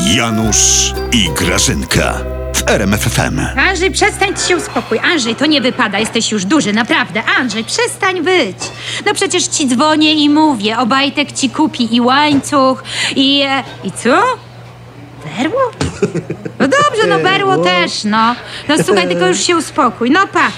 Janusz i Grażynka w RMF FM. Andrzej, przestań, ci się uspokój. Andrzej, to nie wypada, jesteś już duży, naprawdę. Andrzej, przestań być. No przecież ci dzwonię i mówię, Obajtek ci kupi i łańcuch, i co? Berło? No dobrze, no berło też, no. No słuchaj, tylko już się uspokój. No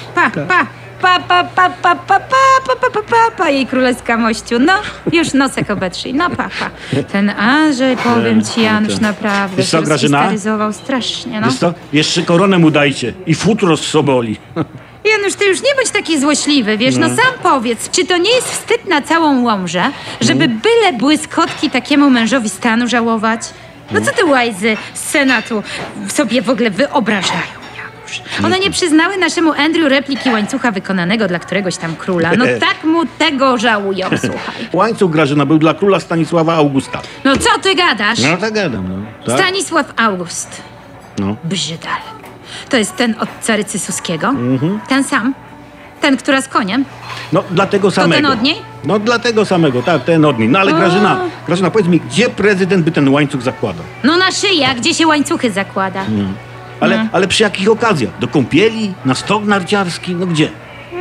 pa, jej królewska mościu. No, już nosek obetrzyj. No pa. Ten Andrzej, powiem ci, Janusz, naprawdę Wiesz co, się Grażyna? rozhistoryzował strasznie, no. Wiesz co? Jeszcze koronę mu dajcie i futro z soboli. Janusz, ty już nie bądź taki złośliwy, wiesz, no sam powiedz, czy to nie jest wstyd na całą Łomżę, żeby byle błyskotki takiemu mężowi stanu żałować? No co te łajzy z Senatu sobie w ogóle wyobrażają, Janusz? One nie przyznały naszemu Andrew repliki łańcucha wykonanego dla któregoś tam króla. No tak mu tego żałują, słuchaj. Łańcuch, Grażyna, był dla króla Stanisława Augusta. No co ty gadasz? No tak gadam, no. Tak? Stanisław August. No. Brzydal. To jest ten od carycy Suskiego? Ten sam? Ten, która z koniem? No, dla tego samego. ten od niej? No, dla tego samego, tak, ten od niej. No, ale Grażyna, powiedz mi, gdzie prezydent by ten łańcuch zakładał? No na szyję, a gdzie się łańcuchy zakłada? Ale przy jakich okazjach? Do kąpieli? Na stok narciarski? No gdzie?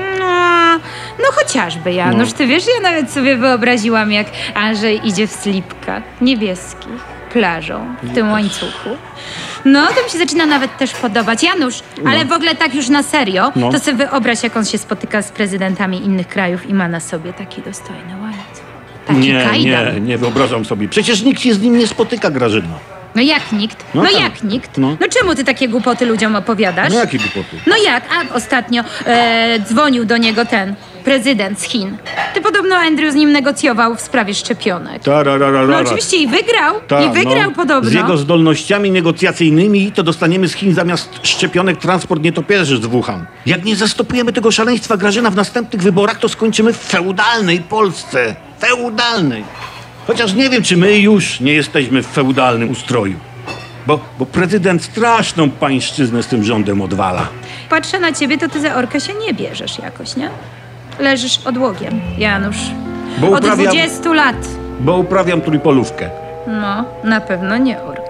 No chociażby, Janusz. No. Ty wiesz, ja nawet sobie wyobraziłam, jak Andrzej idzie w slipkach niebieskich, plażą, w tym łańcuchu. No, to mi się zaczyna nawet też podobać. Janusz, ale w ogóle tak już na serio, No. to sobie wyobraź, jak on się spotyka z prezydentami innych krajów i ma na sobie taki dostojny łańcuch. Taki kajdan. Nie wyobrażam sobie. Przecież nikt się z nim nie spotyka, Grażyna. No jak nikt? No No tak. jak nikt? No. No czemu ty takie głupoty ludziom opowiadasz? No jakie głupoty? No jak? A ostatnio dzwonił do niego ten prezydent z Chin. Ty podobno Andrew z nim negocjował w sprawie szczepionek. No oczywiście i wygrał. I wygrał podobno. Z jego zdolnościami negocjacyjnymi to dostaniemy z Chin zamiast szczepionek transport nietoperzy z Wuhan. Jak nie zastopujemy tego szaleństwa, Grażyna, w następnych wyborach, to skończymy w feudalnej Polsce. Feudalnej. Chociaż nie wiem, czy my już nie jesteśmy w feudalnym ustroju. Bo prezydent straszną pańszczyznę z tym rządem odwala. Patrzę na ciebie, to ty za orkę się nie bierzesz jakoś, nie? Leżysz odłogiem, Janusz. Bo Od uprawiam- 20 lat. Bo uprawiam trójpolówkę. No, na pewno nie orkę.